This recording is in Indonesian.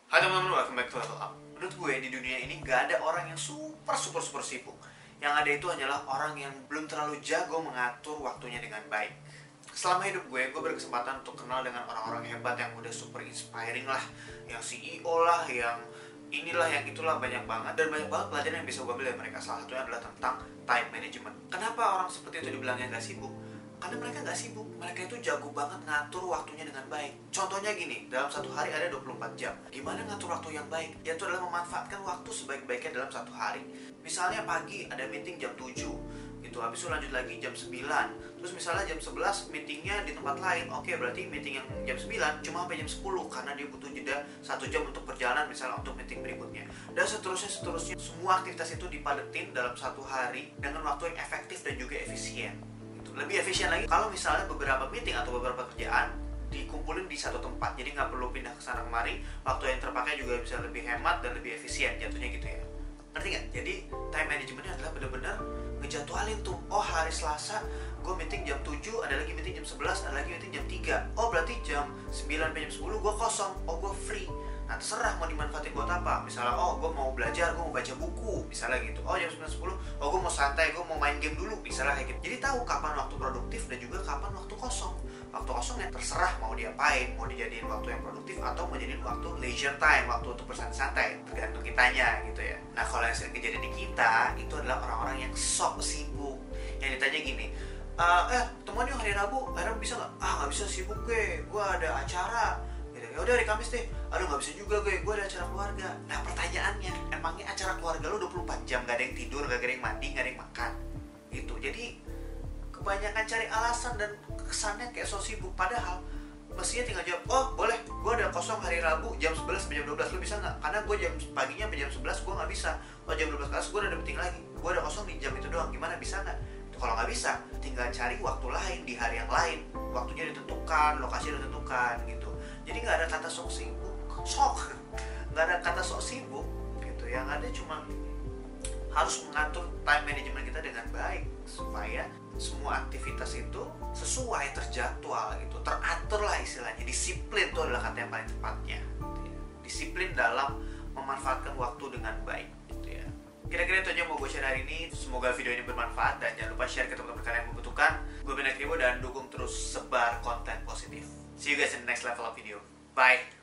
Hai teman-teman, welcome back to Level Up. Menurut gue di dunia ini gak ada orang yang super sibuk. Yang ada itu hanyalah orang yang belum terlalu jago mengatur waktunya dengan baik. Selama hidup gue berkesempatan untuk kenal dengan orang-orang hebat yang udah super inspiring lah, yang CEO lah, yang inilah, yang itulah, banyak banget. Dan banyak banget pelajaran yang bisa gue ambil dari mereka. Salah satunya adalah tentang time management. Kenapa orang seperti itu dibilangnya gak sibuk? Karena mereka gak sibuk, mereka itu jago banget ngatur waktunya dengan baik. Contohnya gini, dalam satu hari ada 24 jam. Gimana ngatur waktu yang baik? Yaitu adalah memanfaatkan waktu sebaik-baiknya dalam satu hari. Misalnya pagi ada meeting jam 7 gitu, habis itu lanjut lagi jam 9. Terus misalnya jam 11 meetingnya di tempat lain. Oke, berarti meeting yang jam 9 cuma sampai jam 10 karena dia butuh jeda 1 jam untuk perjalanan misalnya untuk meeting berikutnya. Dan seterusnya. Semua aktivitas itu dipadetin dalam satu hari dengan waktu yang efektif dan juga efisien. Lebih efisien lagi kalau misalnya beberapa meeting atau beberapa kerjaan dikumpulin di satu tempat, jadi nggak perlu pindah ke sana kemari. Waktu yang terpakai juga bisa lebih hemat dan lebih efisien jatuhnya gitu ya. Ngerti nggak? Jadi time managementnya adalah benar-benar ngejadwalin tuh. Oh, hari Selasa gue meeting jam 7, ada lagi meeting jam 11, ada lagi meeting jam 3. Oh, berarti jam 9 sampai jam 10 gue kosong. Oh, gue free. Nah, terserah mau dimanfaatin buat apa. Misalnya, oh gue mau belajar, gue mau baca buku, misalnya gitu. Oh, jam 9-10, oh gue mau santai, gue mau main game dulu, misalnya kayak gitu. Jadi tahu kapan waktu produktif dan juga kapan waktu kosong. Waktu kosong ya terserah mau diapain, mau dijadiin waktu yang produktif atau mau jadiin waktu leisure time, waktu untuk bersantai-santai, tergantung kitanya gitu ya. Nah, kalau yang sering kejadian di kita, itu adalah orang-orang yang sok sibuk. Yang ditanya gini, temuan yuk hari Rabu bisa nggak? Nggak bisa, sibuk gue ada acara. Ya udah hari Kamis deh. Aduh, nggak bisa juga gue ada acara keluarga. Nah, pertanyaannya, emangnya acara keluarga lo 24 jam gak ada yang tidur, gak ada yang mandi, gak ada yang makan gitu. Jadi kebanyakan cari alasan dan kesannya kayak so sibuk, padahal mestinya tinggal jawab, oh boleh, gue ada kosong hari Rabu jam 11 sampai jam 12, lo bisa nggak? Karena gue jam paginya sampai jam 11 gue nggak bisa. Oh, jam 12 kelas gue udah ada meeting lagi, gue ada kosong di jam itu doang, gimana, bisa nggak? Kalau nggak bisa, tinggal cari waktu lain di hari yang lain, waktunya ditentukan, lokasinya ditentukan gitu. Jadi nggak ada kata sok sibuk, nggak ada kata sok sibuk gitu. Yang ada cuma harus mengatur time management kita dengan baik supaya semua aktivitas itu sesuai, terjadwal gitu, teratur lah istilahnya. Disiplin itu adalah kata yang paling tepatnya gitu ya. Disiplin dalam memanfaatkan waktu dengan baik gitu ya. Kira-kira itu aja yang mau gue share hari ini. Semoga video ini bermanfaat dan jangan lupa share ke teman-teman kalian yang membutuhkan. Gue Ben Akribo dan dukung terus sebar konten positif. See you guys in the next level of video. Bye.